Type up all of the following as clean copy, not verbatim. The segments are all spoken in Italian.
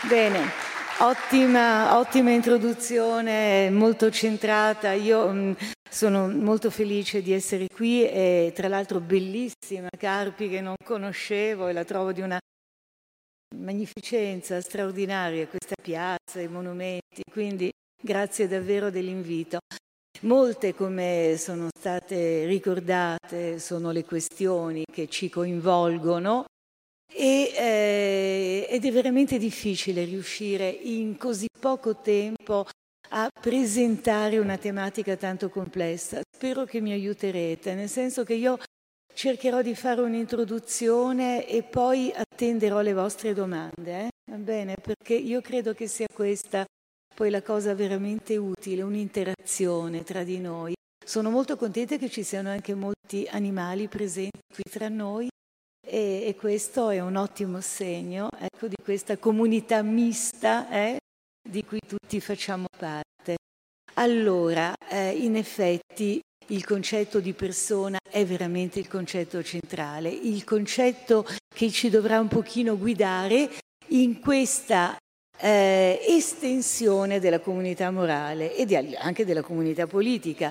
Bene, ottima introduzione, molto centrata. Io sono molto felice di essere qui e tra l'altro bellissima Carpi che non conoscevo e la trovo di una magnificenza straordinaria, questa piazza, i monumenti, quindi grazie davvero dell'invito. Molte, come sono state ricordate, sono le questioni che ci coinvolgono ed è veramente difficile riuscire in così poco tempo a presentare una tematica tanto complessa. Spero che mi aiuterete, nel senso che io cercherò di fare un'introduzione e poi attenderò le vostre domande, va bene? Perché io credo che sia questa poi la cosa veramente utile, un'interazione tra di noi. Sono molto contenta che ci siano anche molti animali presenti qui tra noi e questo è un ottimo segno, ecco, di questa comunità mista di cui tutti facciamo parte. Allora, in effetti il concetto di persona è veramente il concetto centrale, il concetto che ci dovrà un pochino guidare in questa estensione della comunità morale e anche della comunità politica.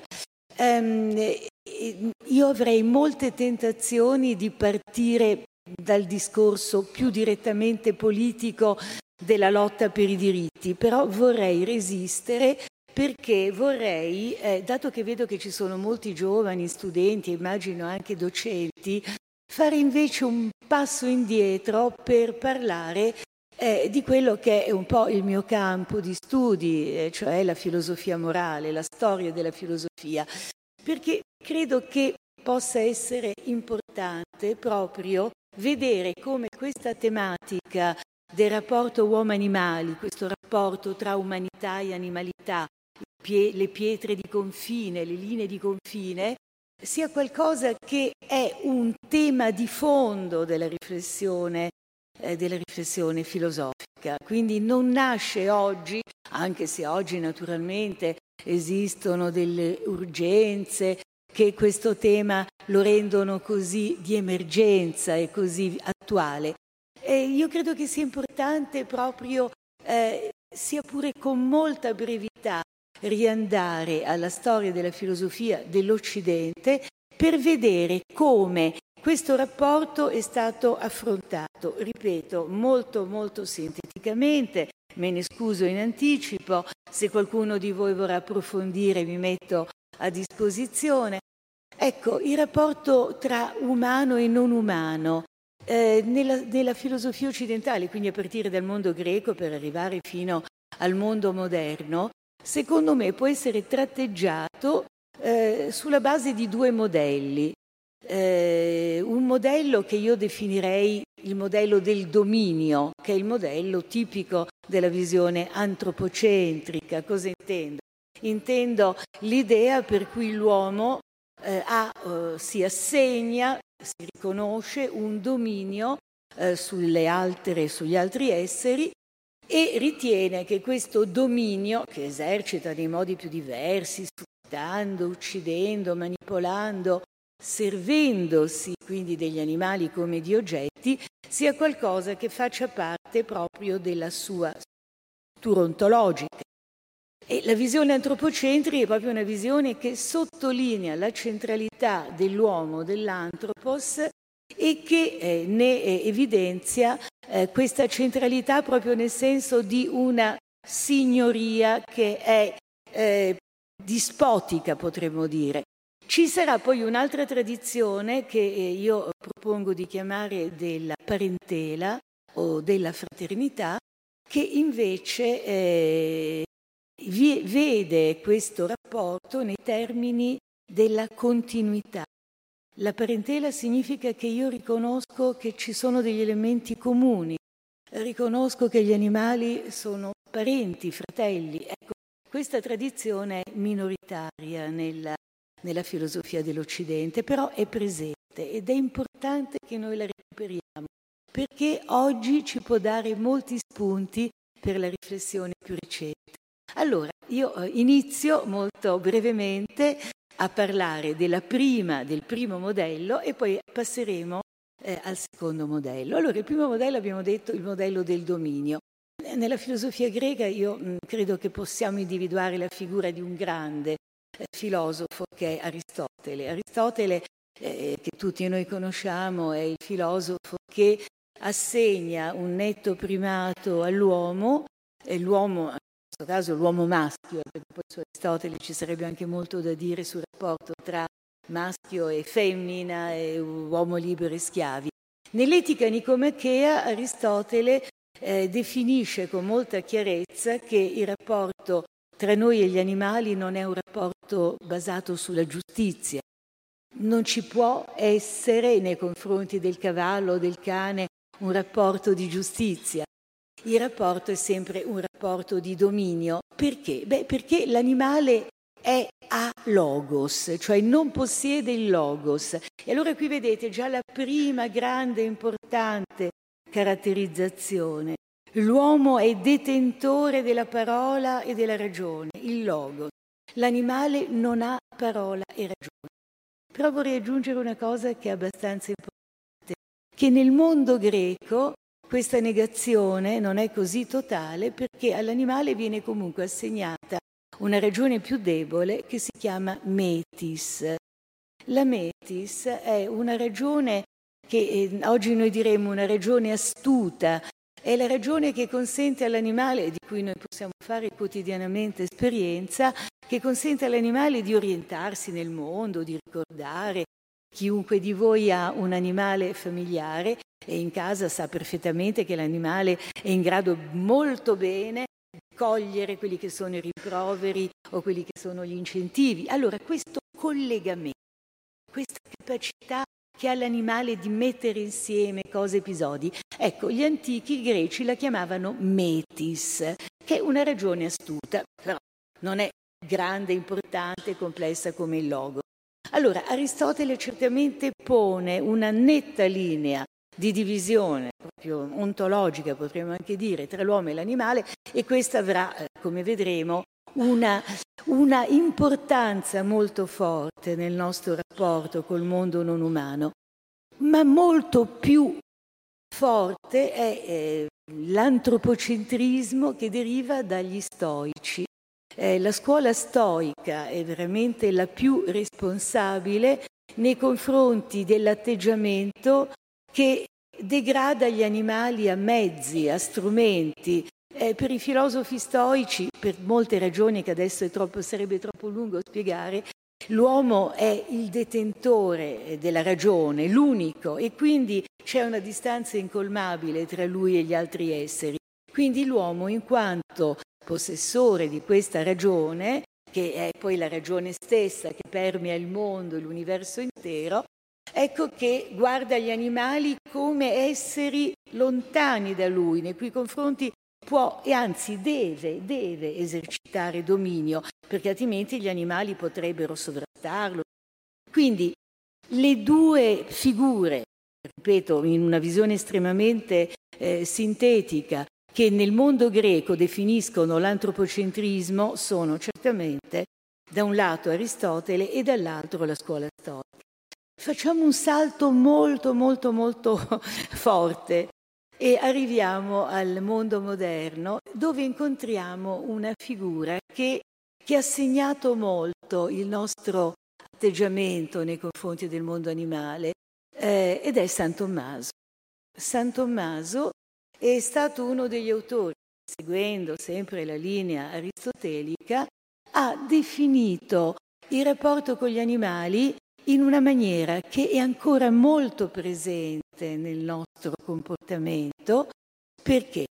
Io avrei molte tentazioni di partire dal discorso più direttamente politico della lotta per i diritti, però vorrei resistere perché vorrei, dato che vedo che ci sono molti giovani studenti, immagino anche docenti, fare invece un passo indietro per parlare di quello che è un po' il mio campo di studi, cioè la filosofia morale, la storia della filosofia, perché credo che possa essere importante proprio vedere come questa tematica del rapporto uomo-animali, questo rapporto tra umanità e animalità, le pietre di confine, le linee di confine, sia qualcosa che è un tema di fondo della riflessione filosofica. Quindi non nasce oggi, anche se oggi naturalmente esistono delle urgenze che questo tema lo rendono così di emergenza e così attuale. Io credo che sia importante proprio, sia pure con molta brevità, riandare alla storia della filosofia dell'Occidente per vedere come questo rapporto è stato affrontato, ripeto, molto molto sinteticamente, me ne scuso in anticipo, se qualcuno di voi vorrà approfondire mi metto a disposizione. Ecco, il rapporto tra umano e non umano nella filosofia occidentale, quindi a partire dal mondo greco per arrivare fino al mondo moderno, secondo me può essere tratteggiato sulla base di due modelli. Un modello che io definirei il modello del dominio, che è il modello tipico della visione antropocentrica. Cosa intendo? Intendo l'idea per cui l'uomo si assegna, si riconosce un dominio sugli altri esseri e ritiene che questo dominio, che esercita nei modi più diversi, sfruttando, uccidendo, manipolando, servendosi quindi degli animali come di oggetti, sia qualcosa che faccia parte proprio della sua struttura ontologica. E la visione antropocentrica è proprio una visione che sottolinea la centralità dell'uomo, dell'anthropos, e che ne evidenzia questa centralità proprio nel senso di una signoria che è dispotica, potremmo dire. Ci sarà poi un'altra tradizione che io propongo di chiamare della parentela o della fraternità, che invece vede questo rapporto nei termini della continuità. La parentela significa che io riconosco che ci sono degli elementi comuni, riconosco che gli animali sono parenti, fratelli. Ecco, questa tradizione è minoritaria nella filosofia dell'Occidente, però è presente ed è importante che noi la recuperiamo, perché oggi ci può dare molti spunti per la riflessione più recente. Allora, io inizio molto brevemente a parlare del primo modello e poi passeremo al secondo modello. Allora, il primo modello abbiamo detto il modello del dominio. Nella filosofia greca io credo che possiamo individuare la figura di un grande filosofo che è Aristotele. Aristotele, che tutti noi conosciamo, è il filosofo che assegna un netto primato all'uomo, e l'uomo, in questo caso l'uomo maschio, perché poi su Aristotele ci sarebbe anche molto da dire sul rapporto tra maschio e femmina e uomo libero e schiavi. Nell'Etica Nicomachea Aristotele definisce con molta chiarezza che il rapporto tra noi e gli animali non è un rapporto basato sulla giustizia. Non ci può essere nei confronti del cavallo o del cane un rapporto di giustizia. Il rapporto è sempre un rapporto di dominio. Perché? Perché l'animale è alogos, cioè non possiede il logos. E allora qui vedete già la prima grande e importante caratterizzazione. L'uomo è detentore della parola e della ragione, il logos. L'animale non ha parola e ragione. Però vorrei aggiungere una cosa che è abbastanza importante, che nel mondo greco questa negazione non è così totale perché all'animale viene comunque assegnata una ragione più debole che si chiama metis. La metis è una ragione che oggi noi diremmo una ragione astuta, è la ragione che consente all'animale, di cui noi possiamo fare quotidianamente esperienza, che consente all'animale di orientarsi nel mondo, di ricordare. Chiunque di voi ha un animale familiare e in casa sa perfettamente che l'animale è in grado molto bene di cogliere quelli che sono i rimproveri o quelli che sono gli incentivi. Allora questo collegamento, questa capacità che ha l'animale di mettere insieme cose e episodi, ecco, gli antichi greci la chiamavano metis, che è una ragione astuta, però non è grande, importante, complessa come il logo. Allora, Aristotele certamente pone una netta linea di divisione, proprio ontologica potremmo anche dire, tra l'uomo e l'animale, e questa avrà, come vedremo, una importanza molto forte nel nostro rapporto col mondo non umano, ma molto più forte è l'antropocentrismo che deriva dagli stoici. La scuola stoica è veramente la più responsabile nei confronti dell'atteggiamento che degrada gli animali a mezzi, a strumenti. Per i filosofi stoici, per molte ragioni che adesso sarebbe troppo lungo spiegare, l'uomo è il detentore della ragione, l'unico, e quindi c'è una distanza incolmabile tra lui e gli altri esseri. Quindi l'uomo, in quanto possessore di questa ragione, che è poi la ragione stessa che permea il mondo e l'universo intero, ecco che guarda gli animali come esseri lontani da lui, nei cui confronti può e anzi deve esercitare dominio, perché altrimenti gli animali potrebbero sovrastarlo. Quindi le due figure, ripeto, in una visione estremamente sintetica, che nel mondo greco definiscono l'antropocentrismo sono certamente da un lato Aristotele e dall'altro la scuola stoica. Facciamo un salto molto forte e arriviamo al mondo moderno, dove incontriamo una figura che ha segnato molto il nostro atteggiamento nei confronti del mondo animale, ed è San Tommaso. San Tommaso è stato uno degli autori, seguendo sempre la linea aristotelica, ha definito il rapporto con gli animali in una maniera che è ancora molto presente nel nostro comportamento. Perché?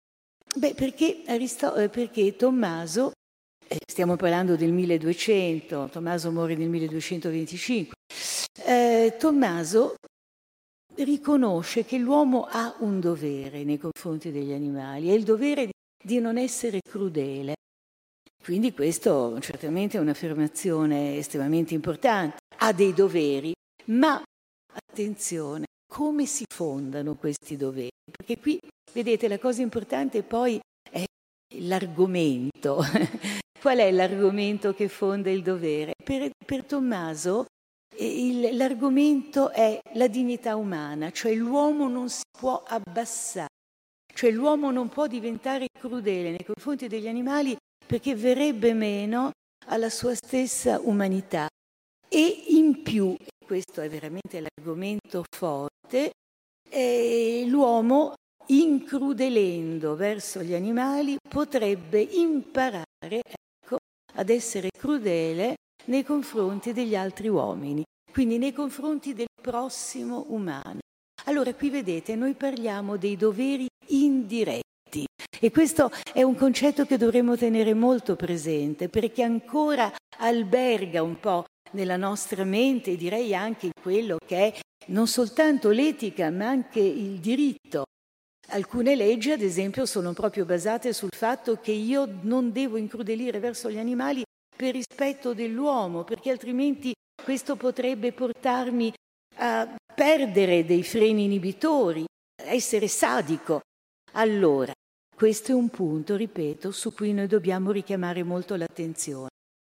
Perché Tommaso, stiamo parlando del 1200, Tommaso muore nel 1225, Tommaso riconosce che l'uomo ha un dovere nei confronti degli animali, è il dovere di non essere crudele. Quindi questo certamente è un'affermazione estremamente importante. Ha dei doveri, ma attenzione, come si fondano questi doveri? Perché qui, vedete, la cosa importante poi è l'argomento. Qual è l'argomento che fonda il dovere? Per Tommaso l'argomento è la dignità umana, cioè l'uomo non si può abbassare, Cioè l'uomo non può diventare crudele nei confronti degli animali perché verrebbe meno alla sua stessa umanità. E in più, e questo è veramente l'argomento forte, l'uomo, incrudelendo verso gli animali, potrebbe imparare, ecco, ad essere crudele nei confronti degli altri uomini, quindi nei confronti del prossimo umano. Allora, qui vedete, noi parliamo dei doveri indiretti e questo è un concetto che dovremmo tenere molto presente perché ancora alberga un po' nella nostra mente, direi anche in quello che è non soltanto l'etica ma anche il diritto. Alcune leggi, ad esempio, sono proprio basate sul fatto che io non devo incrudelire verso gli animali per rispetto dell'uomo, perché altrimenti questo potrebbe portarmi a perdere dei freni inibitori, a essere sadico. Allora, questo è un punto, ripeto, su cui noi dobbiamo richiamare molto l'attenzione.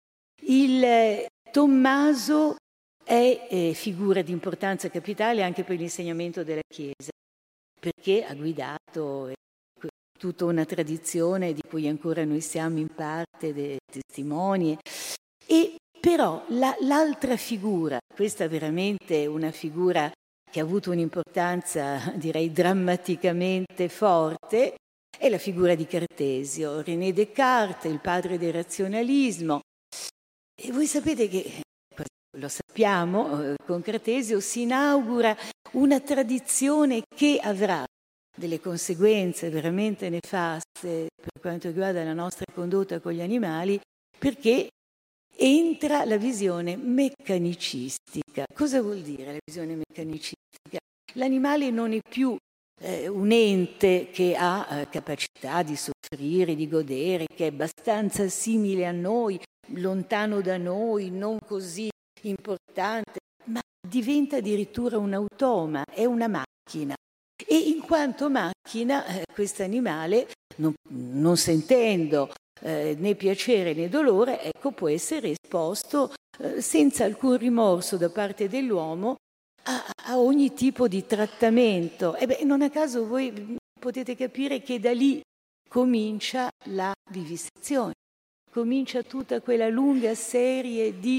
Il Tommaso è figura di importanza capitale anche per l'insegnamento della Chiesa, perché ha guidato tutta una tradizione di cui ancora noi siamo in parte testimoni. E però l'altra figura, questa è veramente una figura che ha avuto un'importanza, direi, drammaticamente forte, è la figura di Cartesio, René Descartes, il padre del razionalismo. E voi sapete che, lo sappiamo, con Cartesio si inaugura una tradizione che avrà delle conseguenze veramente nefaste per quanto riguarda la nostra condotta con gli animali, perché entra la visione meccanicistica. Cosa vuol dire la visione meccanicistica? L'animale non è più un ente che ha capacità di soffrire, di godere, che è abbastanza simile a noi, lontano da noi, non così importante, ma diventa addirittura un automa, è una macchina. E in quanto macchina, questo animale, non sentendo né piacere né dolore, ecco, può essere esposto senza alcun rimorso da parte dell'uomo a ogni tipo di trattamento. E non a caso voi potete capire che da lì comincia la vivisezione, comincia tutta quella lunga serie di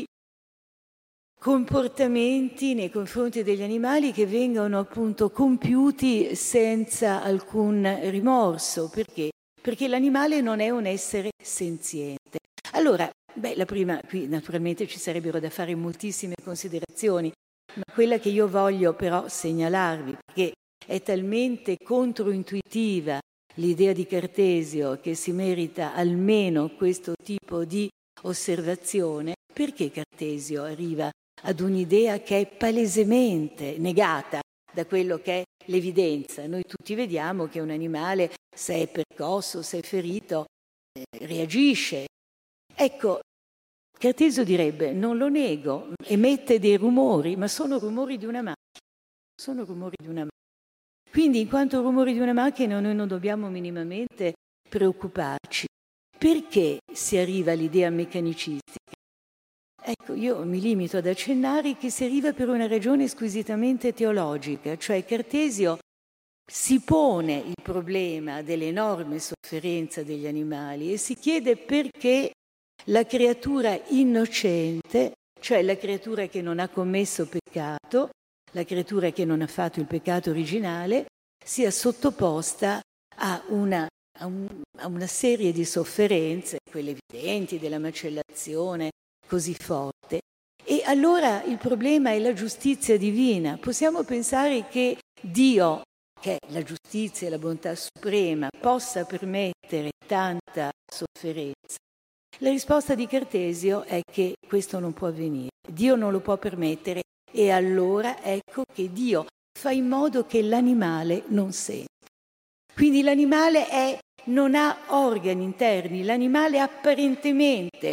comportamenti nei confronti degli animali che vengono appunto compiuti senza alcun rimorso. Perché? Perché l'animale non è un essere senziente. Allora, la prima, qui naturalmente ci sarebbero da fare moltissime considerazioni, ma quella che io voglio però segnalarvi, perché è talmente controintuitiva l'idea di Cartesio che si merita almeno questo tipo di osservazione, perché Cartesio arriva ad un'idea che è palesemente negata da quello che è l'evidenza. Noi tutti vediamo che un animale, se è percosso, se è ferito, reagisce. Ecco, Cartesio direbbe, non lo nego, emette dei rumori, ma sono rumori di una macchina. Sono rumori di una macchina. Quindi, in quanto rumori di una macchina, noi non dobbiamo minimamente preoccuparci. Perché si arriva all'idea meccanicistica? Ecco, io mi limito ad accennare che si arriva per una ragione squisitamente teologica, cioè Cartesio si pone il problema dell'enorme sofferenza degli animali e si chiede perché la creatura innocente, cioè la creatura che non ha commesso peccato, la creatura che non ha fatto il peccato originale, sia sottoposta a una serie di sofferenze, quelle evidenti della macellazione così forte. E allora il problema è la giustizia divina. Possiamo pensare che Dio, che è la giustizia e la bontà suprema, possa permettere tanta sofferenza? La risposta di Cartesio è che questo non può avvenire. Dio non lo può permettere e allora ecco che Dio fa in modo che l'animale non senta. Quindi l'animale non ha organi interni, l'animale apparentemente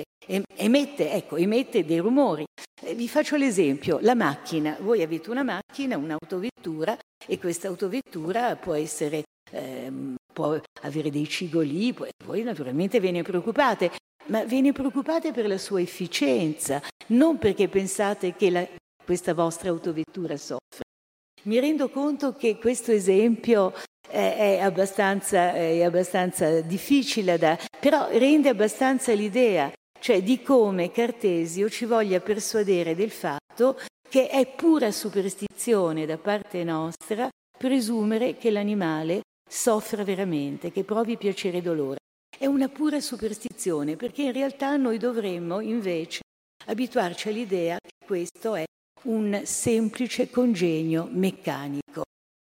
emette dei rumori. Vi faccio l'esempio, la macchina. Voi avete una macchina, un'autovettura, e questa autovettura può essere, può avere dei cigoli, voi naturalmente ve ne preoccupate, ma ve ne preoccupate per la sua efficienza, non perché pensate che questa vostra autovettura soffre. Mi rendo conto che questo esempio è abbastanza difficile però rende abbastanza l'idea, cioè di come Cartesio ci voglia persuadere del fatto che è pura superstizione da parte nostra presumere che l'animale soffra veramente, che provi piacere e dolore. È una pura superstizione, perché in realtà noi dovremmo invece abituarci all'idea che questo è un semplice congegno meccanico.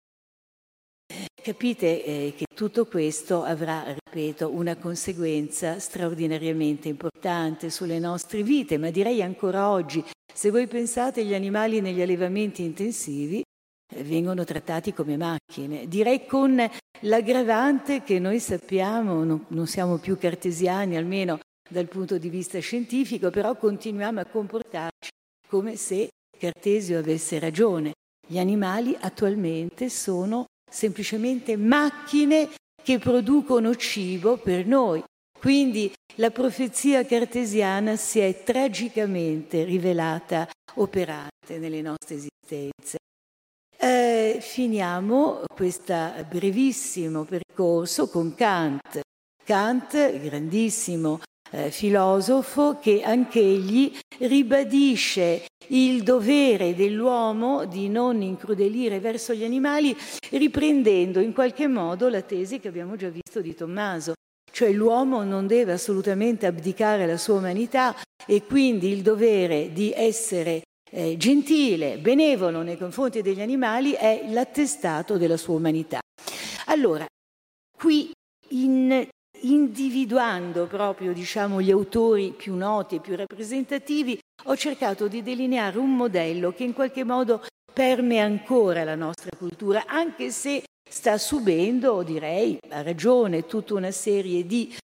Capite che tutto questo avrà, ripeto, una conseguenza straordinariamente importante sulle nostre vite, ma direi ancora oggi. Se voi pensate agli animali negli allevamenti intensivi, vengono trattati come macchine. Direi con l'aggravante che noi sappiamo, non siamo più cartesiani, almeno dal punto di vista scientifico, però continuiamo a comportarci come se Cartesio avesse ragione. Gli animali attualmente sono semplicemente macchine che producono cibo per noi. Quindi la profezia cartesiana si è tragicamente rivelata operante nelle nostre esistenze. Finiamo questo brevissimo percorso con Kant. Kant, grandissimo filosofo, che anch'egli ribadisce il dovere dell'uomo di non incrudelire verso gli animali, riprendendo in qualche modo la tesi che abbiamo già visto di Tommaso, cioè l'uomo non deve assolutamente abdicare alla sua umanità e quindi il dovere di essere gentile, benevolo nei confronti degli animali è l'attestato della sua umanità. Allora, qui individuando proprio gli autori più noti e più rappresentativi, ho cercato di delineare un modello che in qualche modo permea ancora la nostra cultura, anche se sta subendo, direi, a ragione, tutta una serie di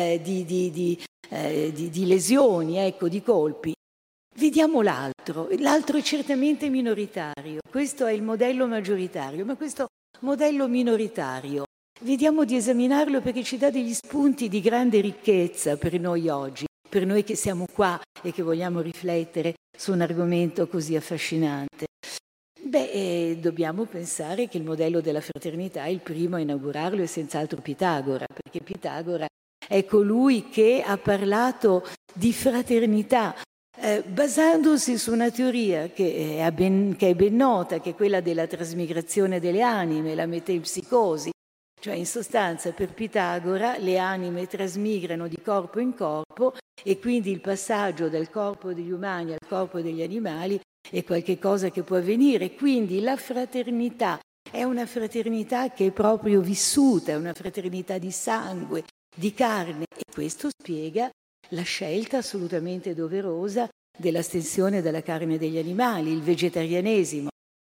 lesioni, ecco, di colpi. Vediamo l'altro. L'altro è certamente minoritario. Questo è il modello maggioritario, ma questo modello minoritario vediamo di esaminarlo perché ci dà degli spunti di grande ricchezza per noi oggi, per noi che siamo qua e che vogliamo riflettere su un argomento così affascinante. Dobbiamo pensare che il modello della fraternità, il primo a inaugurarlo è senz'altro Pitagora, perché Pitagora è colui che ha parlato di fraternità, basandosi su una teoria che è ben nota, che è quella della trasmigrazione delle anime, la metempsicosi. Cioè, in sostanza, per Pitagora le anime trasmigrano di corpo in corpo e quindi il passaggio dal corpo degli umani al corpo degli animali è qualcosa che può avvenire. Quindi la fraternità è una fraternità che è proprio vissuta, è una fraternità di sangue, di carne, e questo spiega la scelta assolutamente doverosa dell'astensione dalla carne degli animali, il vegetarianesimo.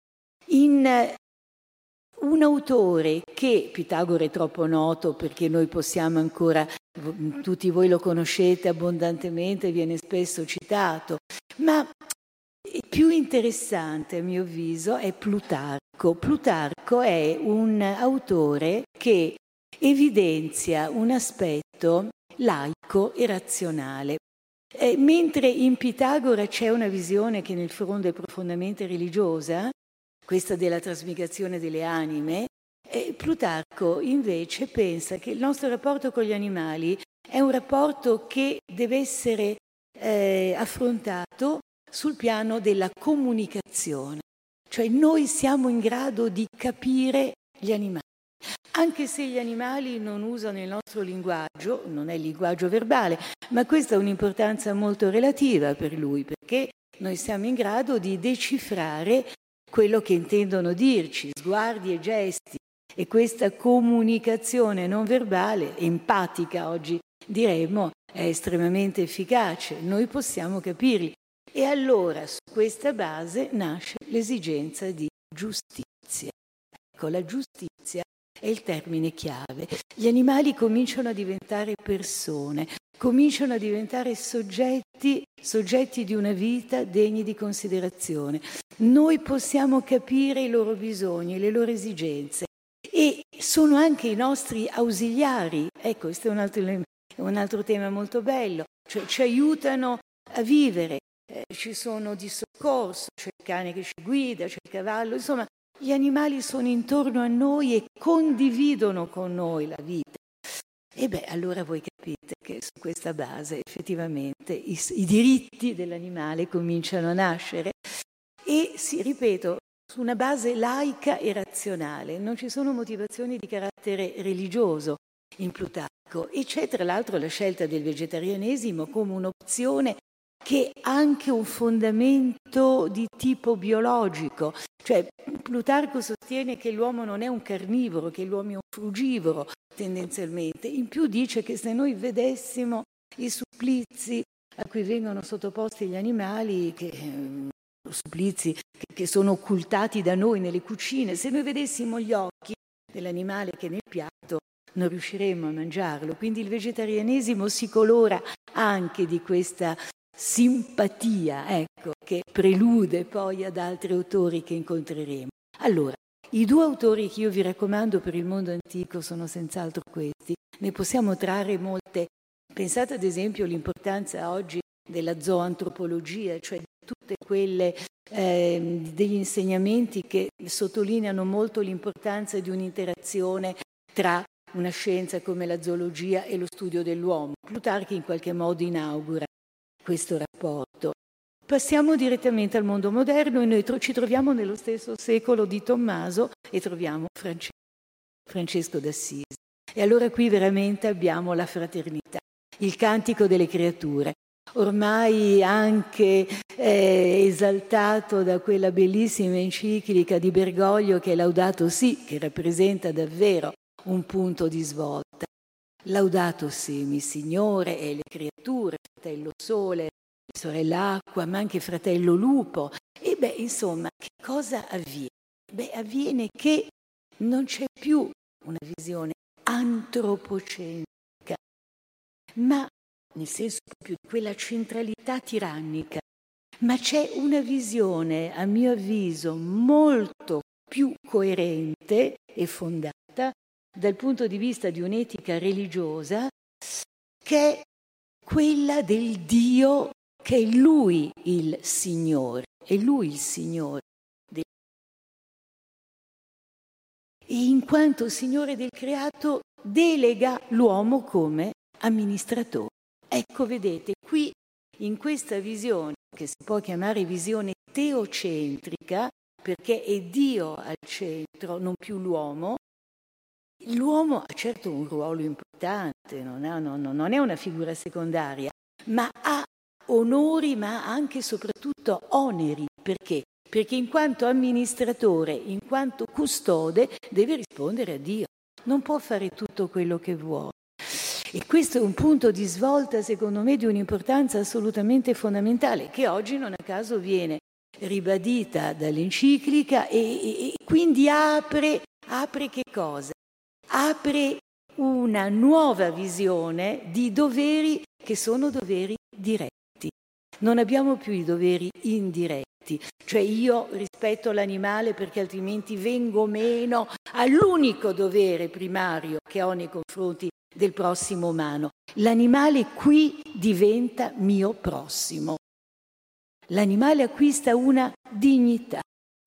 Un autore che Pitagora è troppo noto perché noi possiamo ancora, tutti voi lo conoscete abbondantemente, viene spesso citato, ma più interessante a mio avviso è Plutarco. Plutarco è un autore che evidenzia un aspetto laico e razionale. Mentre in Pitagora c'è una visione che nel fondo è profondamente religiosa, questa della trasmigrazione delle anime, Plutarco invece pensa che il nostro rapporto con gli animali è un rapporto che deve essere affrontato sul piano della comunicazione, cioè noi siamo in grado di capire gli animali. Anche se gli animali non usano il nostro linguaggio, non è il linguaggio verbale, ma questa ha un'importanza molto relativa per lui, perché noi siamo in grado di decifrare quello che intendono dirci, sguardi e gesti, e questa comunicazione non verbale, empatica oggi diremmo, è estremamente efficace, noi possiamo capirli. E allora su questa base nasce l'esigenza di giustizia. Ecco, la giustizia è il termine chiave. Gli animali cominciano a diventare persone, cominciano a diventare soggetti di una vita degni di considerazione. Noi possiamo capire i loro bisogni, le loro esigenze e sono anche i nostri ausiliari. Ecco, questo è un altro tema molto bello, cioè ci aiutano a vivere. Ci sono di soccorso, c'è il cane che ci guida, c'è il cavallo, insomma Gli animali sono intorno a noi e condividono con noi la vita. E beh, allora voi capite che su questa base effettivamente i diritti dell'animale cominciano a nascere e ripeto, su una base laica e razionale. Non ci sono motivazioni di carattere religioso in Plutarco e c'è tra l'altro la scelta del vegetarianesimo come un'opzione che ha anche un fondamento di tipo biologico. Cioè Plutarco sostiene che l'uomo non è un carnivoro, che l'uomo è un frugivoro tendenzialmente. In più dice che se noi vedessimo i supplizi a cui vengono sottoposti gli animali, supplizi che sono occultati da noi nelle cucine, se noi vedessimo gli occhi dell'animale che è nel piatto non riusciremmo a mangiarlo. Quindi il vegetarianesimo si colora anche di questa simpatia, ecco, che prelude poi ad altri autori che incontreremo. Allora, i due autori che io vi raccomando per il mondo antico sono senz'altro questi. Ne possiamo trarre molte. Pensate ad esempio all'importanza oggi della zooantropologia, cioè di tutte quelle degli insegnamenti che sottolineano molto l'importanza di un'interazione tra una scienza come la zoologia e lo studio dell'uomo. Plutarco in qualche modo inaugura questo rapporto. Passiamo direttamente al mondo moderno e noi ci troviamo nello stesso secolo di Tommaso e troviamo Francesco d'Assisi. E allora qui veramente abbiamo la fraternità, il cantico delle creature, ormai anche esaltato da quella bellissima enciclica di Bergoglio che è Laudato Si, che rappresenta davvero un punto di svolta. Laudato Si, mi Signore e le creature, fratello Sole, sorella Acqua, ma anche fratello Lupo. E beh, insomma, che cosa avviene? Beh, avviene che non c'è più una visione antropocentrica, ma nel senso proprio di quella centralità tirannica, ma c'è una visione, a mio avviso, molto più coerente e fondata dal punto di vista di un'etica religiosa, che è quella del Dio, che è Lui il Signore, è Lui il Signore. E in quanto Signore del creato delega l'uomo come amministratore. Ecco, vedete, qui in questa visione, che si può chiamare visione teocentrica, perché è Dio al centro, non più l'uomo, l'uomo ha certo un ruolo importante, non è una figura secondaria, ma ha onori, ma anche e soprattutto oneri. Perché? Perché in quanto amministratore, in quanto custode, deve rispondere a Dio. Non può fare tutto quello che vuole. E questo è un punto di svolta, secondo me, di un'importanza assolutamente fondamentale, che oggi non a caso viene ribadita dall'enciclica e quindi apre che cosa? Apre una nuova visione di doveri che sono doveri diretti. Non abbiamo più i doveri indiretti, cioè io rispetto l'animale perché altrimenti vengo meno all'unico dovere primario che ho nei confronti del prossimo umano. L'animale qui diventa mio prossimo. L'animale acquista una dignità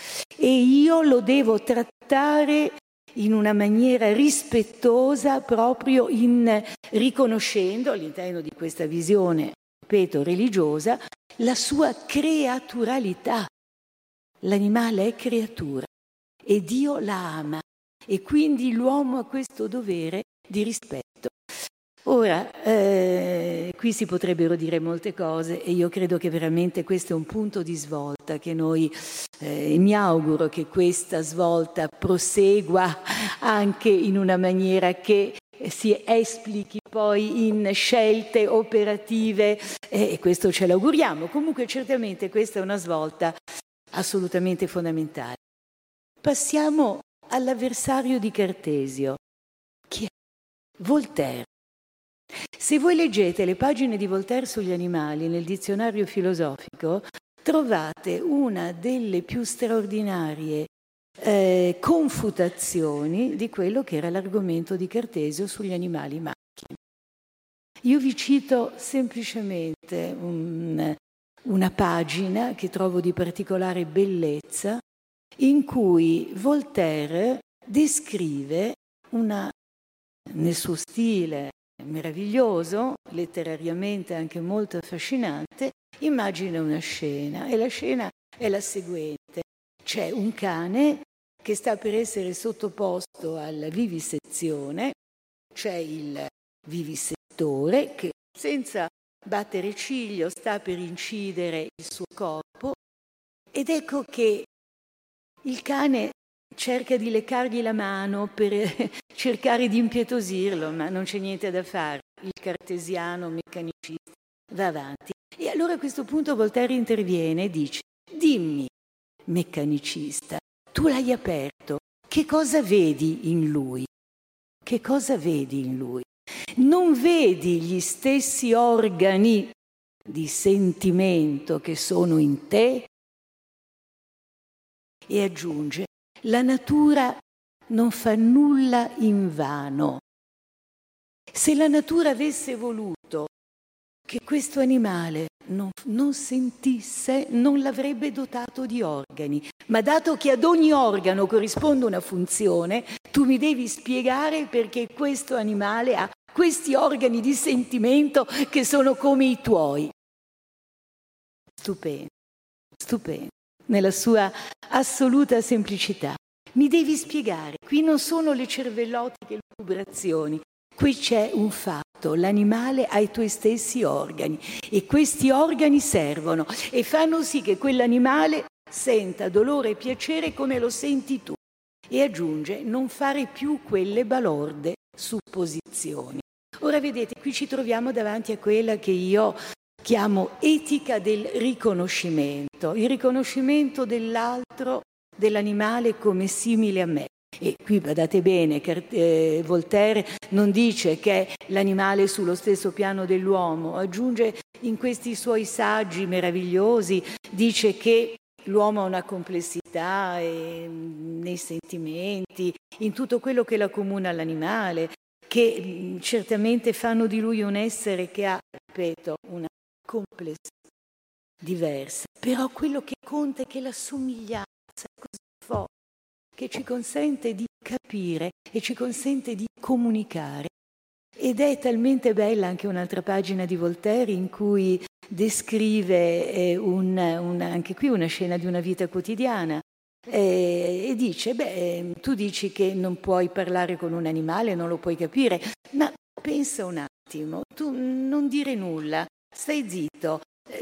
e io lo devo trattare in una maniera rispettosa, proprio riconoscendo all'interno di questa visione, ripeto, religiosa, la sua creaturalità. L'animale è creatura e Dio la ama e quindi l'uomo ha questo dovere di rispetto. Ora, qui si potrebbero dire molte cose e io credo che veramente questo è un punto di svolta che noi, mi auguro che questa svolta prosegua anche in una maniera che si esplichi poi in scelte operative e questo ce l'auguriamo. Comunque certamente questa è una svolta assolutamente fondamentale. Passiamo all'avversario di Cartesio. Chi è? Voltaire. Se voi leggete le pagine di Voltaire sugli animali nel dizionario filosofico, trovate una delle più straordinarie confutazioni di quello che era l'argomento di Cartesio sugli animali macchine. Io vi cito semplicemente una pagina che trovo di particolare bellezza in cui Voltaire descrive nel suo stile meraviglioso, letterariamente anche molto affascinante, immagina una scena, e la scena è la seguente. C'è un cane che sta per essere sottoposto alla vivisezione, c'è il vivisettore che senza battere ciglio sta per incidere il suo corpo, ed ecco che il cane cerca di leccargli la mano per cercare di impietosirlo, ma non c'è niente da fare. Il cartesiano meccanicista va avanti. E allora a questo punto Voltaire interviene e dice: dimmi, meccanicista, tu l'hai aperto, che cosa vedi in lui? Che cosa vedi in lui? Non vedi gli stessi organi di sentimento che sono in te? E aggiunge: la natura non fa nulla invano. Se la natura avesse voluto che questo animale non sentisse, non l'avrebbe dotato di organi. Ma dato che ad ogni organo corrisponde una funzione, tu mi devi spiegare perché questo animale ha questi organi di sentimento che sono come i tuoi. Stupendo, stupendo, nella sua assoluta semplicità. Mi devi spiegare, qui non sono le cervellotiche lucubrazioni, qui c'è un fatto, l'animale ha i tuoi stessi organi e questi organi servono e fanno sì che quell'animale senta dolore e piacere come lo senti tu. E aggiunge: non fare più quelle balorde supposizioni. Ora vedete, qui ci troviamo davanti a quella che io chiamo etica del riconoscimento, il riconoscimento dell'altro, dell'animale come simile a me. E qui badate bene, Voltaire non dice che è l'animale sullo stesso piano dell'uomo, aggiunge in questi suoi saggi meravigliosi, dice che l'uomo ha una complessità nei sentimenti, in tutto quello che l'accomuna all'animale, che certamente fanno di lui un essere che ha, ripeto, una complessità diversa. Però quello che conta è che la somiglianza è così forte che ci consente di capire e ci consente di comunicare. Ed è talmente bella anche un'altra pagina di Voltaire in cui descrive anche qui una scena di una vita quotidiana e dice: tu dici che non puoi parlare con un animale, non lo puoi capire, ma pensa un attimo, tu non dire nulla, stai zitto,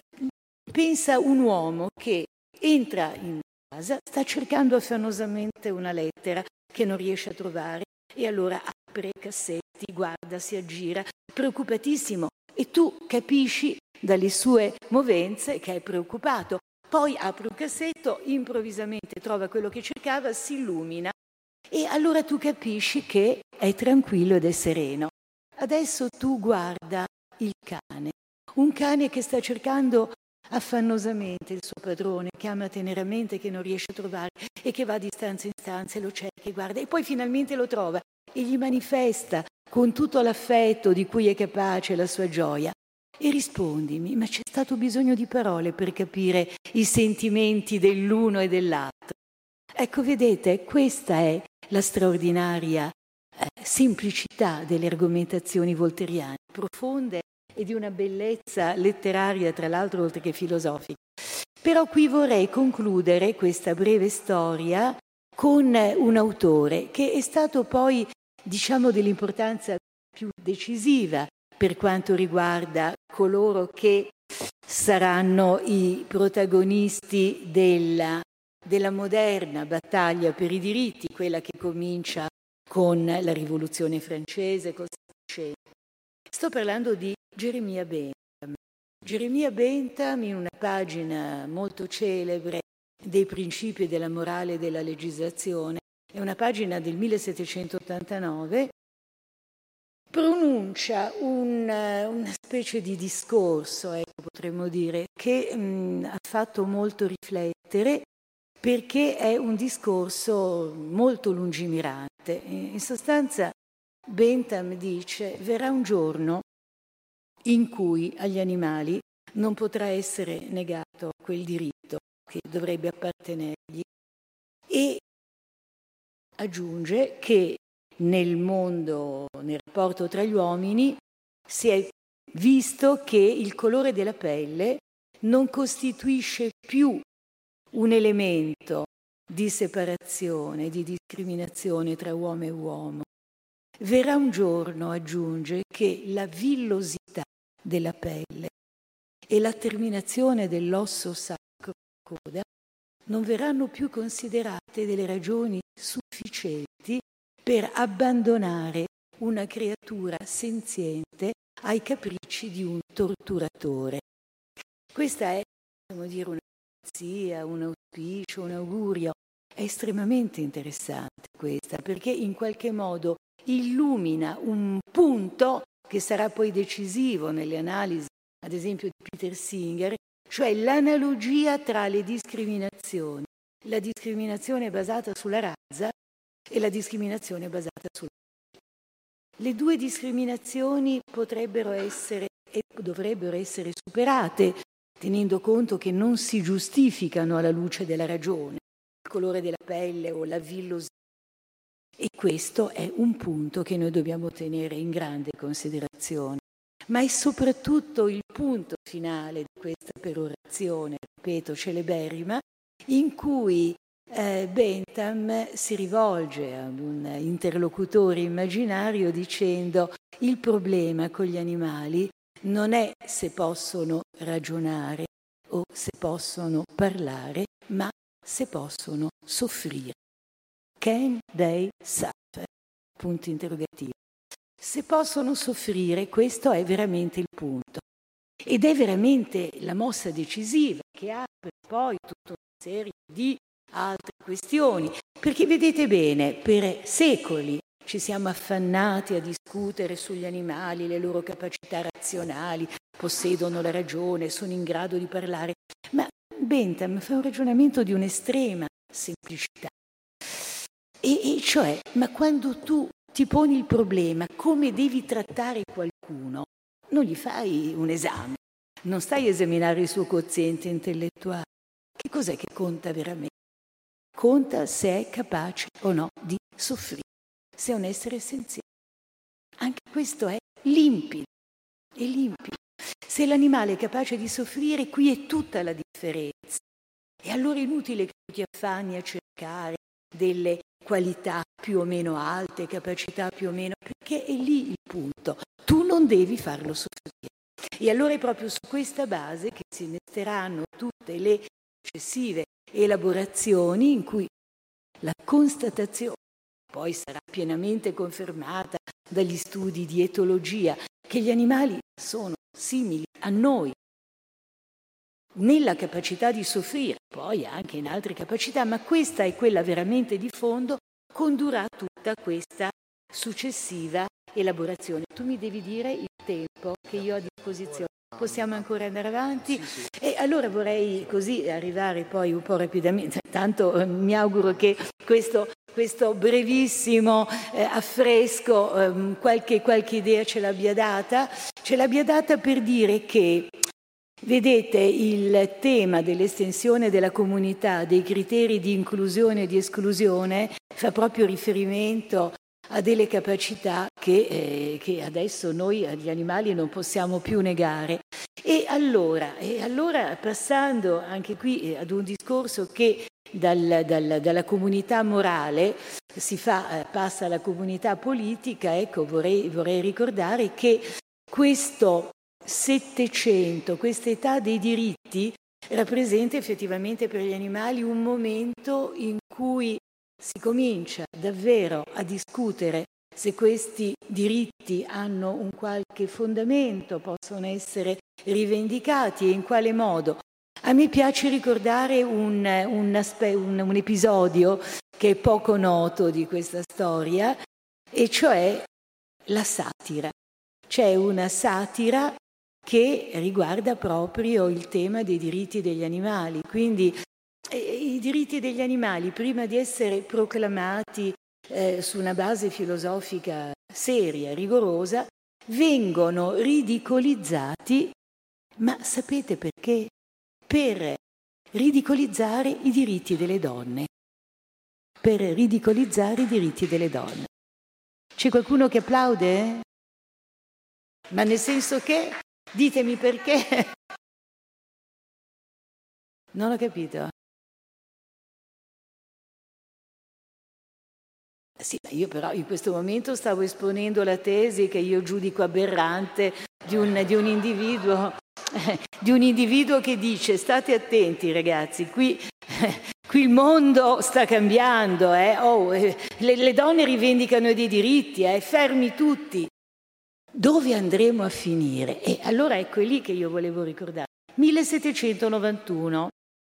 pensa un uomo che entra in casa, sta cercando affannosamente una lettera che non riesce a trovare e allora apre i cassetti, guarda, si aggira, preoccupatissimo, e tu capisci dalle sue movenze che è preoccupato. Poi apre un cassetto, improvvisamente trova quello che cercava, si illumina e allora tu capisci che è tranquillo ed è sereno. Adesso tu guarda il cane, un cane che sta cercando affannosamente il suo padrone, che ama teneramente, che non riesce a trovare e che va di stanza in stanza e lo cerca e guarda e poi finalmente lo trova e gli manifesta con tutto l'affetto di cui è capace la sua gioia. E rispondimi, ma c'è stato bisogno di parole per capire i sentimenti dell'uno e dell'altro? Ecco, vedete, questa è la straordinaria semplicità delle argomentazioni voltairiane, profonde e di una bellezza letteraria, tra l'altro, oltre che filosofica. Però qui vorrei concludere questa breve storia con un autore che è stato poi, diciamo, dell'importanza più decisiva per quanto riguarda coloro che saranno i protagonisti della moderna battaglia per i diritti, quella che comincia con la Rivoluzione francese, col Settecento. Sto parlando di Geremia Bentham. Geremia Bentham, in una pagina molto celebre dei principi della morale e della legislazione, è una pagina del 1789, pronuncia una specie di discorso, potremmo dire, che ha fatto molto riflettere perché è un discorso molto lungimirante. In sostanza Bentham dice: verrà un giorno in cui agli animali non potrà essere negato quel diritto che dovrebbe appartenergli E aggiunge che nel mondo, nel rapporto tra gli uomini, si è visto che il colore della pelle non costituisce più un elemento di separazione, di discriminazione tra uomo e uomo. Verrà un giorno, aggiunge, che la villosità della pelle e la terminazione dell'osso sacro coda non verranno più considerate delle ragioni sufficienti per abbandonare una creatura senziente ai capricci di un torturatore. Questa è, possiamo dire, una profezia, un auspicio, un augurio. È estremamente interessante questa, perché in qualche modo illumina un punto che sarà poi decisivo nelle analisi, ad esempio di Peter Singer, cioè l'analogia tra le discriminazioni, la discriminazione basata sulla razza e la discriminazione basata sulla le due discriminazioni potrebbero essere e dovrebbero essere superate, tenendo conto che non si giustificano alla luce della ragione, il colore della pelle o la villosità. E questo è un punto che noi dobbiamo tenere in grande considerazione. Ma è soprattutto il punto finale di questa perorazione, ripeto, celeberrima, in cui Bentham si rivolge ad un interlocutore immaginario dicendo: il problema con gli animali non è se possono ragionare o se possono parlare, ma se possono soffrire. Can they suffer? Punto interrogativo. Se possono soffrire, questo è veramente il punto. Ed è veramente la mossa decisiva che apre poi tutta una serie di altre questioni. Perché vedete bene, per secoli ci siamo affannati a discutere sugli animali, le loro capacità razionali, possiedono la ragione, sono in grado di parlare. Ma Bentham fa un ragionamento di un'estrema semplicità. E cioè, ma quando tu ti poni il problema come devi trattare qualcuno, non gli fai un esame, non stai a esaminare il suo quoziente intellettuale. Che cos'è che conta veramente? Conta se è capace o no di soffrire, se è un essere senziente. Anche questo è limpido, è limpido. Se l'animale è capace di soffrire, qui è tutta la differenza. E allora è inutile che tu ti affanni a cercare delle qualità più o meno alte, capacità più o meno, perché è lì il punto. Tu non devi farlo soffrire. E allora è proprio su questa base che si innesteranno tutte le successive elaborazioni in cui la constatazione poi sarà pienamente confermata dagli studi di etologia, che gli animali sono simili a noi nella capacità di soffrire, poi anche in altre capacità, ma questa è quella veramente di fondo, condurrà tutta questa successiva elaborazione. Tu mi devi dire il tempo che io ho a disposizione. Possiamo ancora andare avanti? Sì. E allora vorrei così arrivare poi un po' rapidamente, tanto mi auguro che questo brevissimo affresco qualche idea ce l'abbia data per dire che, vedete, il tema dell'estensione della comunità, dei criteri di inclusione e di esclusione, fa proprio riferimento a delle capacità che adesso noi agli animali non possiamo più negare. E allora passando anche qui ad un discorso che dalla comunità morale passa alla comunità politica, ecco, vorrei ricordare che questo Settecento, questa età dei diritti, rappresenta effettivamente per gli animali un momento in cui si comincia davvero a discutere se questi diritti hanno un qualche fondamento, possono essere rivendicati e in quale modo. A me piace ricordare un episodio che è poco noto di questa storia, e cioè la satira. C'è una satira che riguarda proprio il tema dei diritti degli animali. Quindi i diritti degli animali, prima di essere proclamati su una base filosofica seria, rigorosa, vengono ridicolizzati, ma sapete perché? Per ridicolizzare i diritti delle donne. per ridicolizzare i diritti delle donne. C'è qualcuno che applaude? Ma nel senso che? Ditemi perché. Non ho capito. Sì, ma io però in questo momento stavo esponendo la tesi che io giudico aberrante di un individuo che dice: state attenti ragazzi, qui il mondo sta cambiando, le donne rivendicano dei diritti, fermi tutti. Dove andremo a finire? E allora ecco, è lì che io volevo ricordare. 1791.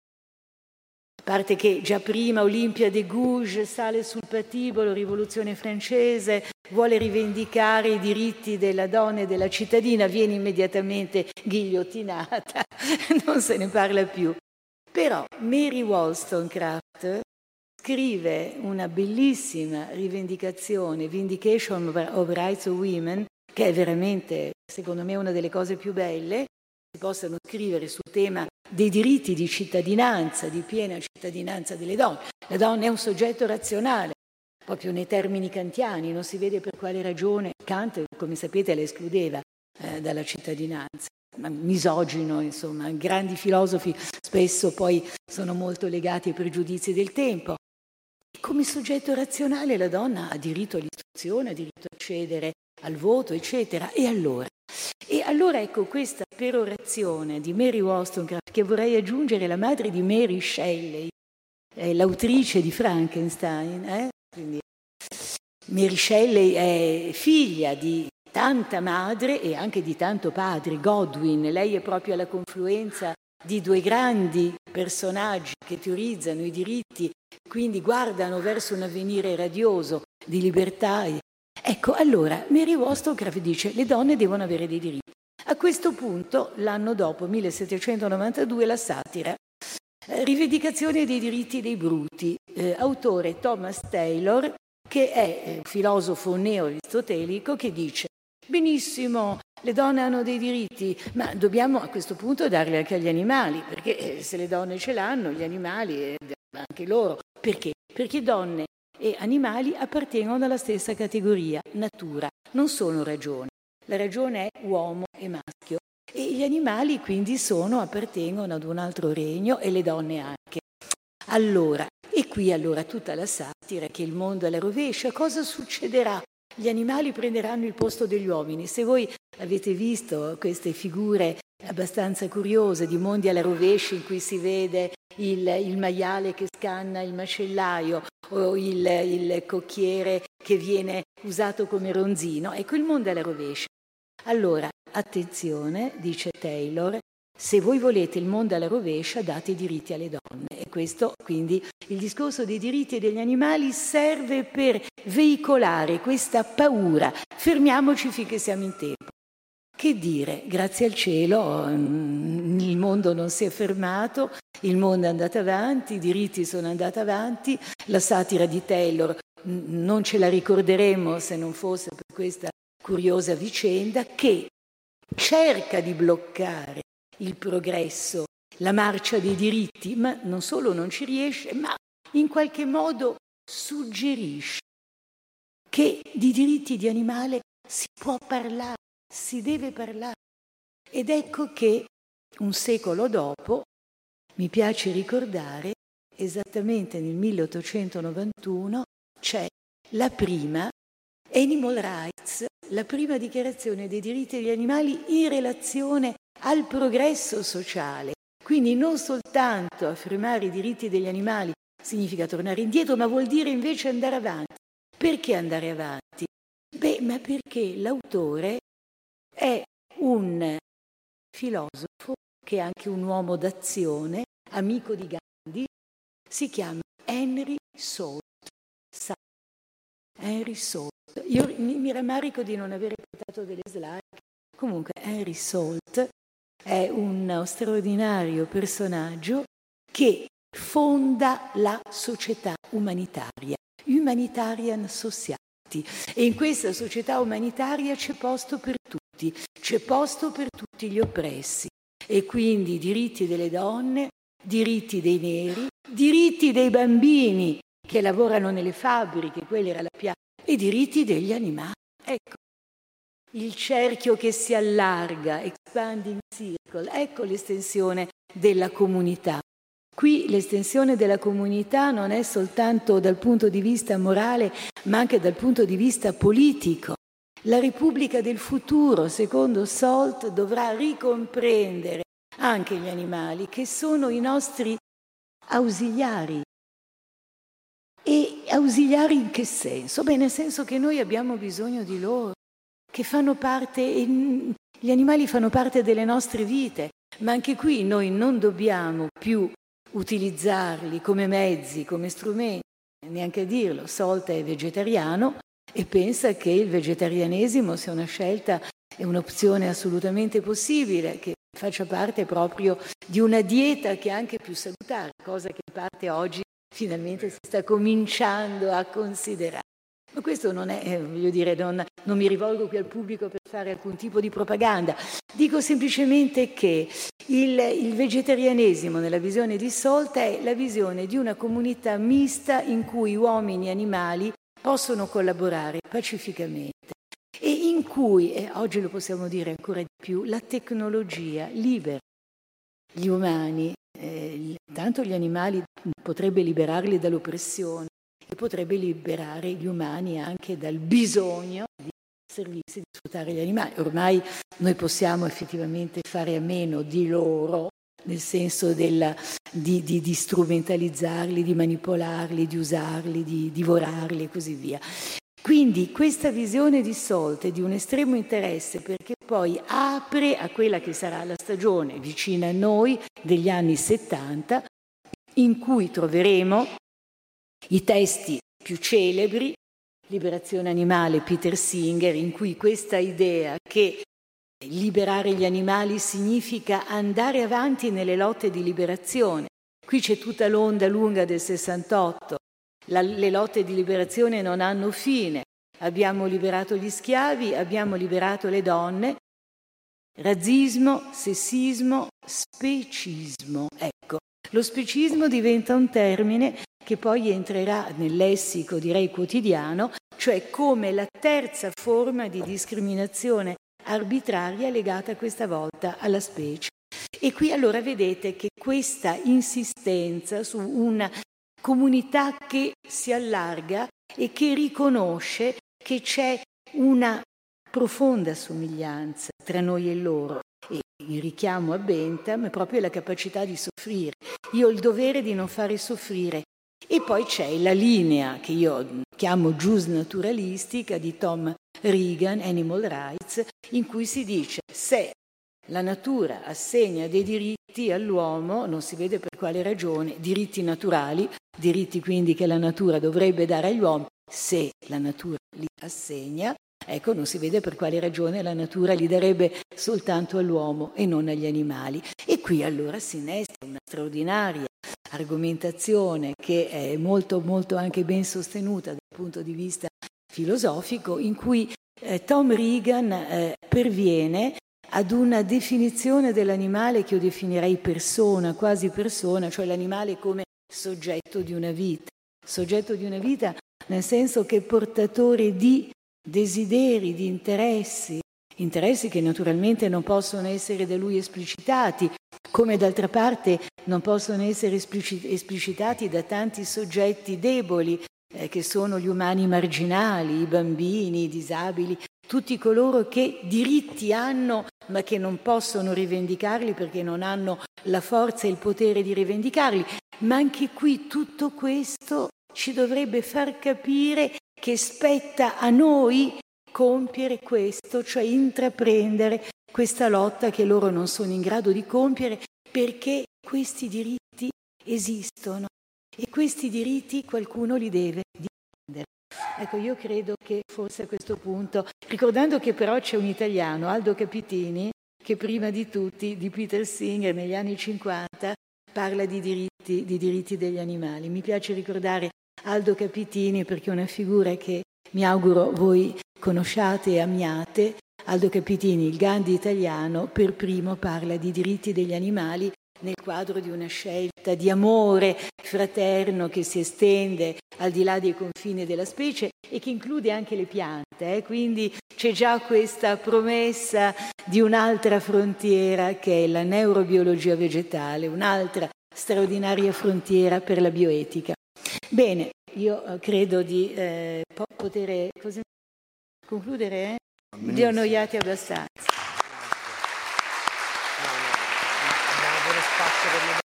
A parte che già prima Olympia de Gouges sale sul patibolo, rivoluzione francese, vuole rivendicare i diritti della donna e della cittadina, viene immediatamente ghigliottinata, non se ne parla più. Però Mary Wollstonecraft scrive una bellissima rivendicazione, Vindication of Rights of Women, che è veramente, secondo me, una delle cose più belle che si possano scrivere sul tema dei diritti di cittadinanza, di piena cittadinanza delle donne. La donna è un soggetto razionale, proprio nei termini kantiani, non si vede per quale ragione Kant, come sapete, la escludeva dalla cittadinanza. Misogino, insomma, grandi filosofi spesso poi sono molto legati ai pregiudizi del tempo. E come soggetto razionale la donna ha diritto all'istruzione, ha diritto a accedere al voto, eccetera. E allora ecco questa perorazione di Mary Wollstonecraft, che vorrei aggiungere la madre di Mary Shelley, l'autrice di Frankenstein. Quindi Mary Shelley è figlia di tanta madre e anche di tanto padre, Godwin. Lei è proprio alla confluenza di due grandi personaggi che teorizzano i diritti, quindi guardano verso un avvenire radioso di libertà. Ecco, allora Mary Wollstonecraft dice: le donne devono avere dei diritti. A questo punto, l'anno dopo, 1792, la satira, rivendicazione dei diritti dei bruti, autore Thomas Taylor, che è un filosofo neo-aristotelico, che dice: benissimo, le donne hanno dei diritti, ma dobbiamo a questo punto darli anche agli animali, perché se le donne ce l'hanno, gli animali, anche loro. Perché? Perché donne e animali appartengono alla stessa categoria, natura, non sono ragione. La ragione è uomo e maschio e gli animali quindi appartengono ad un altro regno e le donne anche. Allora, e qui allora tutta la satira che il mondo è alla rovescia, cosa succederà? Gli animali prenderanno il posto degli uomini. Se voi avete visto queste figure abbastanza curiose di mondi alla rovescia in cui si vede il maiale che scanna il macellaio o il cocchiere che viene usato come ronzino, ecco, il mondo è alla rovescia. Allora, attenzione, dice Taylor, se voi volete il mondo alla rovescia, date i diritti alle donne. E questo, quindi, il discorso dei diritti degli animali serve per veicolare questa paura. Fermiamoci finché siamo in tempo. Che dire, grazie al cielo il mondo non si è fermato, il mondo è andato avanti, i diritti sono andati avanti, la satira di Taylor non ce la ricorderemo se non fosse per questa curiosa vicenda che cerca di bloccare il progresso, la marcia dei diritti, ma non solo non ci riesce, ma in qualche modo suggerisce che di diritti di animale si può parlare, si deve parlare. Ed ecco che un secolo dopo, mi piace ricordare, esattamente nel 1891, c'è la prima Animal Rights, la prima dichiarazione dei diritti degli animali in relazione al progresso sociale. Quindi non soltanto affermare i diritti degli animali significa tornare indietro, ma vuol dire invece andare avanti. Perché andare avanti? Ma perché l'autore è un filosofo che è anche un uomo d'azione, amico di Gandhi, si chiama Henry Salt. Henry Salt. Io mi rammarico di non avere portato delle slide. Comunque Henry Salt è uno straordinario personaggio che fonda la società umanitaria, Humanitarian Society, e in questa società umanitaria c'è posto per tutti, c'è posto per tutti gli oppressi, e quindi diritti delle donne, diritti dei neri, diritti dei bambini, che lavorano nelle fabbriche, quella era la piazza, e i diritti degli animali. Ecco, il cerchio che si allarga, expanding circle, ecco l'estensione della comunità. Qui l'estensione della comunità non è soltanto dal punto di vista morale, ma anche dal punto di vista politico. La Repubblica del futuro, secondo Salt, dovrà ricomprendere anche gli animali, che sono i nostri ausiliari. E ausiliari in che senso? Beh, nel senso che noi abbiamo bisogno di loro, che fanno parte, gli animali fanno parte delle nostre vite, ma anche qui noi non dobbiamo più utilizzarli come mezzi, come strumenti, neanche a dirlo. Salt è vegetariano e pensa che il vegetarianesimo sia una scelta e un'opzione assolutamente possibile, che faccia parte proprio di una dieta che è anche più salutare, cosa che in parte oggi finalmente si sta cominciando a considerare. Ma questo non è, voglio dire, non mi rivolgo qui al pubblico per fare alcun tipo di propaganda. Dico semplicemente che il vegetarianesimo nella visione di Salt è la visione di una comunità mista in cui uomini e animali possono collaborare pacificamente e in cui, e oggi lo possiamo dire ancora di più, la tecnologia libera gli umani, tanto gli animali potrebbe liberarli dall'oppressione, e potrebbe liberare gli umani anche dal bisogno di servirsi, di sfruttare gli animali. Ormai noi possiamo effettivamente fare a meno di loro, nel senso di strumentalizzarli, di manipolarli, di usarli, di divorarli e così via. Quindi questa visione di Salt è di un estremo interesse, perché poi apre a quella che sarà la stagione vicina a noi degli anni 70, in cui troveremo i testi più celebri, Liberazione animale, Peter Singer, in cui questa idea che liberare gli animali significa andare avanti nelle lotte di liberazione. Qui c'è tutta l'onda lunga del 68, le lotte di liberazione non hanno fine, abbiamo liberato gli schiavi, abbiamo liberato le donne, razzismo, sessismo, specismo. Ecco, lo specismo diventa un termine che poi entrerà nel lessico, direi, quotidiano, cioè come la terza forma di discriminazione arbitraria legata questa volta alla specie. E qui allora vedete che questa insistenza su una comunità che si allarga e che riconosce che c'è una profonda somiglianza tra noi e loro. E il richiamo a Bentham è proprio la capacità di soffrire. Io ho il dovere di non fare soffrire. E poi c'è la linea che io chiamo giusnaturalistica di Tom Regan, Animal Rights, in cui si dice se la natura assegna dei diritti all'uomo, non si vede per quale ragione, diritti naturali, diritti quindi che la natura dovrebbe dare agli uomini, se la natura li assegna, ecco, non si vede per quale ragione la natura li darebbe soltanto all'uomo e non agli animali. E qui allora si innesta una straordinaria argomentazione che è molto, molto anche ben sostenuta dal punto di vista filosofico, in cui Tom Regan perviene ad una definizione dell'animale che io definirei persona, quasi persona, cioè l'animale come soggetto di una vita nel senso che è portatore di desideri, di interessi che naturalmente non possono essere da lui esplicitati, come d'altra parte non possono essere esplicitati da tanti soggetti deboli, che sono gli umani marginali, i bambini, i disabili, tutti coloro che diritti hanno ma che non possono rivendicarli perché non hanno la forza e il potere di rivendicarli. Ma anche qui tutto questo ci dovrebbe far capire che spetta a noi compiere questo, cioè intraprendere questa lotta che loro non sono in grado di compiere, perché questi diritti esistono e questi diritti qualcuno li deve difendere. Ecco, io credo che forse a questo punto, ricordando che però c'è un italiano, Aldo Capitini, che prima di tutti, di Peter Singer negli anni 50, parla di diritti degli animali. Mi piace ricordare Aldo Capitini perché è una figura che mi auguro voi conosciate e amiate. Aldo Capitini, il Gandhi italiano, per primo parla di diritti degli animali nel quadro di una scelta di amore fraterno che si estende al di là dei confini della specie e che include anche le piante. Quindi c'è già questa promessa di un'altra frontiera che è la neurobiologia vegetale, un'altra straordinaria frontiera per la bioetica. Bene, io credo di poter concludere. Vi ho annoiati abbastanza. Abbiamo pure spazio per le